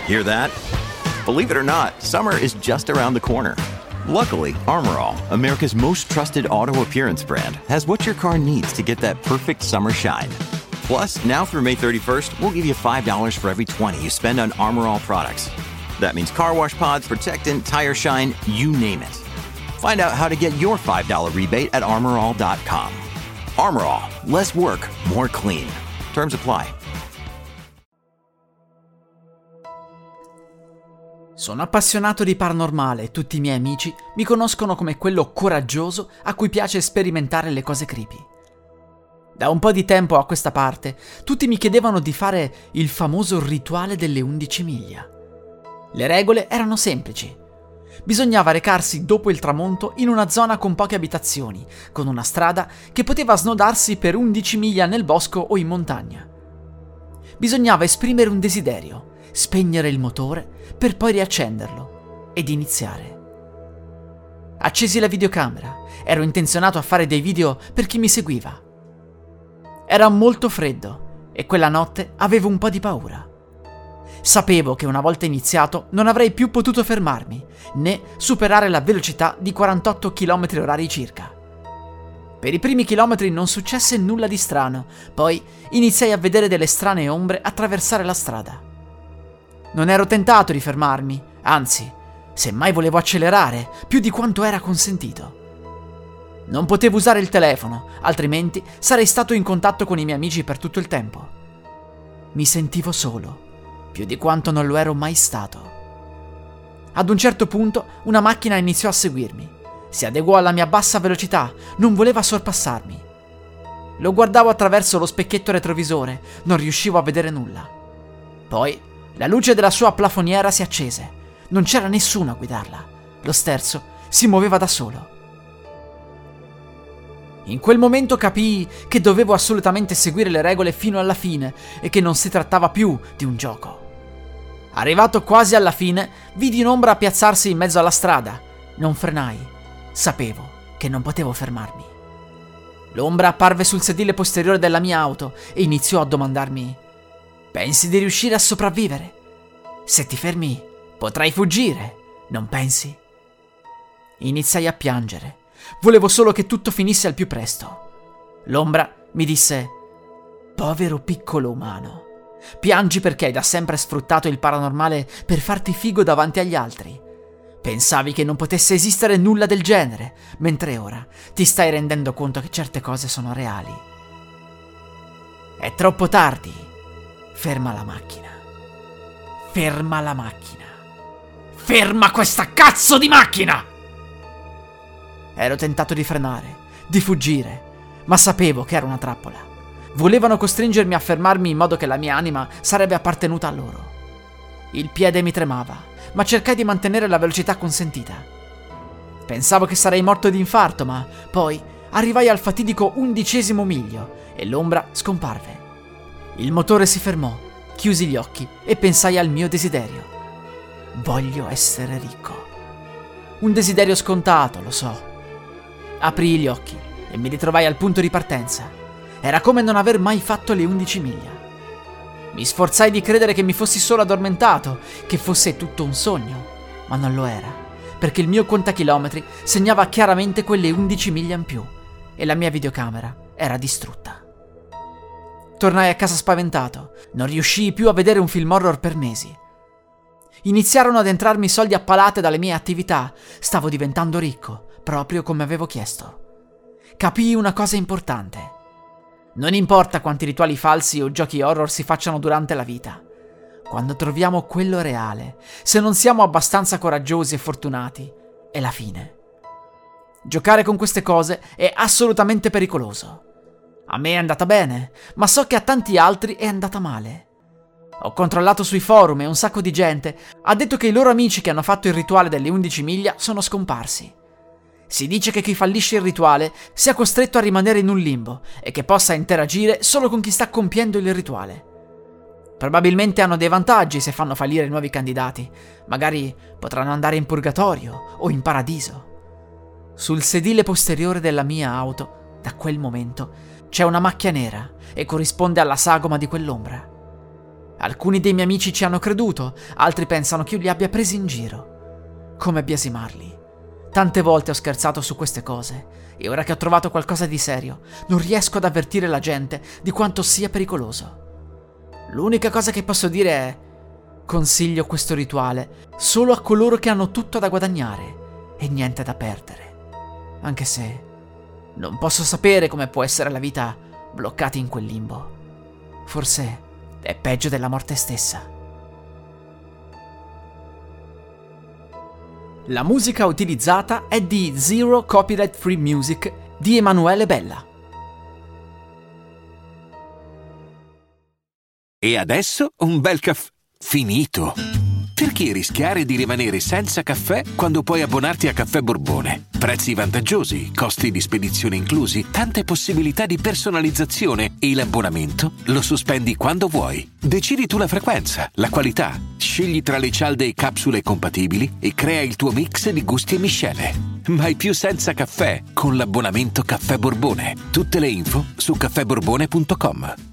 Hear that? Believe it or not, summer is just around the corner. Luckily, Armor All, America's most trusted auto appearance brand, has what your car needs to get that perfect summer shine. Plus, now through May 31st, we'll give you $5 for every $20 you spend on Armor All products. That means car wash pods, protectant, tire shine, you name it. Find out how to get your $5 rebate at armorall.com. Armor All, less work, more clean. Terms apply. Sono appassionato di paranormale e tutti i miei amici mi conoscono come quello coraggioso a cui piace sperimentare le cose creepy. Da un po' di tempo a questa parte, tutti mi chiedevano di fare il famoso rituale delle 11 miglia. Le regole erano semplici. Bisognava recarsi dopo il tramonto in una zona con poche abitazioni, con una strada che poteva snodarsi per 11 miglia nel bosco o in montagna. Bisognava esprimere un desiderio, spegnere il motore per poi riaccenderlo ed iniziare. Accesi la videocamera, ero intenzionato a fare dei video per chi mi seguiva. Era molto freddo e quella notte avevo un po' di paura. Sapevo che una volta iniziato non avrei più potuto fermarmi, né superare la velocità di 48 km/h circa. Per i primi chilometri non successe nulla di strano, poi iniziai a vedere delle strane ombre attraversare la strada. Non ero tentato di fermarmi, anzi, semmai volevo accelerare più di quanto era consentito. Non potevo usare il telefono, altrimenti sarei stato in contatto con i miei amici per tutto il tempo. Mi sentivo solo, più di quanto non lo ero mai stato. Ad un certo punto una macchina iniziò a seguirmi. Si adeguò alla mia bassa velocità, non voleva sorpassarmi. Lo guardavo attraverso lo specchietto retrovisore, non riuscivo a vedere nulla. Poi la luce della sua plafoniera si accese. Non c'era nessuno a guidarla. Lo sterzo si muoveva da solo. In quel momento capii che dovevo assolutamente seguire le regole fino alla fine e che non si trattava più di un gioco. Arrivato quasi alla fine, vidi un'ombra piazzarsi in mezzo alla strada. Non frenai. Sapevo che non potevo fermarmi. L'ombra apparve sul sedile posteriore della mia auto e iniziò a domandarmi: pensi di riuscire a sopravvivere? Se ti fermi, potrai fuggire, non pensi? Iniziai a piangere. Volevo solo che tutto finisse al più presto. L'ombra mi disse: povero piccolo umano, piangi perché hai da sempre sfruttato il paranormale per farti figo davanti agli altri. Pensavi che non potesse esistere nulla del genere, mentre ora ti stai rendendo conto che certe cose sono reali. È troppo tardi. Ferma la macchina. Ferma la macchina. Ferma questa cazzo di macchina! Ero tentato di frenare, di fuggire, ma sapevo che era una trappola. Volevano costringermi a fermarmi in modo che la mia anima sarebbe appartenuta a loro. Il piede mi tremava, ma cercai di mantenere la velocità consentita. Pensavo che sarei morto di infarto, ma poi arrivai al fatidico 11° miglio e l'ombra scomparve. Il motore si fermò, chiusi gli occhi e pensai al mio desiderio. Voglio essere ricco. Un desiderio scontato, lo so. Aprii gli occhi e mi ritrovai al punto di partenza. Era come non aver mai fatto le 11 miglia. Mi sforzai di credere che mi fossi solo addormentato, che fosse tutto un sogno, ma non lo era, perché il mio contachilometri segnava chiaramente quelle 11 miglia in più e la mia videocamera era distrutta. Tornai a casa spaventato, non riuscii più a vedere un film horror per mesi. Iniziarono ad entrarmi soldi a palate dalle mie attività, stavo diventando ricco, proprio come avevo chiesto. Capii una cosa importante. Non importa quanti rituali falsi o giochi horror si facciano durante la vita. Quando troviamo quello reale, se non siamo abbastanza coraggiosi e fortunati, è la fine. Giocare con queste cose è assolutamente pericoloso. A me è andata bene, ma so che a tanti altri è andata male. Ho controllato sui forum e un sacco di gente ha detto che i loro amici che hanno fatto il rituale delle 11 miglia sono scomparsi. Si dice che chi fallisce il rituale sia costretto a rimanere in un limbo e che possa interagire solo con chi sta compiendo il rituale. Probabilmente hanno dei vantaggi se fanno fallire i nuovi candidati. Magari potranno andare in purgatorio o in paradiso. Sul sedile posteriore della mia auto, da quel momento, c'è una macchia nera e corrisponde alla sagoma di quell'ombra. Alcuni dei miei amici ci hanno creduto, altri pensano che io li abbia presi in giro. Come biasimarli? Tante volte ho scherzato su queste cose e ora che ho trovato qualcosa di serio, non riesco ad avvertire la gente di quanto sia pericoloso. L'unica cosa che posso dire è: consiglio questo rituale solo a coloro che hanno tutto da guadagnare e niente da perdere. Anche se non posso sapere come può essere la vita bloccati in quel limbo. Forse è peggio della morte stessa. La musica utilizzata è di Zero Copyright Free Music di Emanuele Bella. E adesso un bel caffè finito. Perché rischiare di rimanere senza caffè quando puoi abbonarti a Caffè Borbone? Prezzi vantaggiosi, costi di spedizione inclusi, tante possibilità di personalizzazione e l'abbonamento lo sospendi quando vuoi. Decidi tu la frequenza, la qualità, scegli tra le cialde e capsule compatibili e crea il tuo mix di gusti e miscele. Mai più senza caffè con l'abbonamento Caffè Borbone. Tutte le info su caffèborbone.com.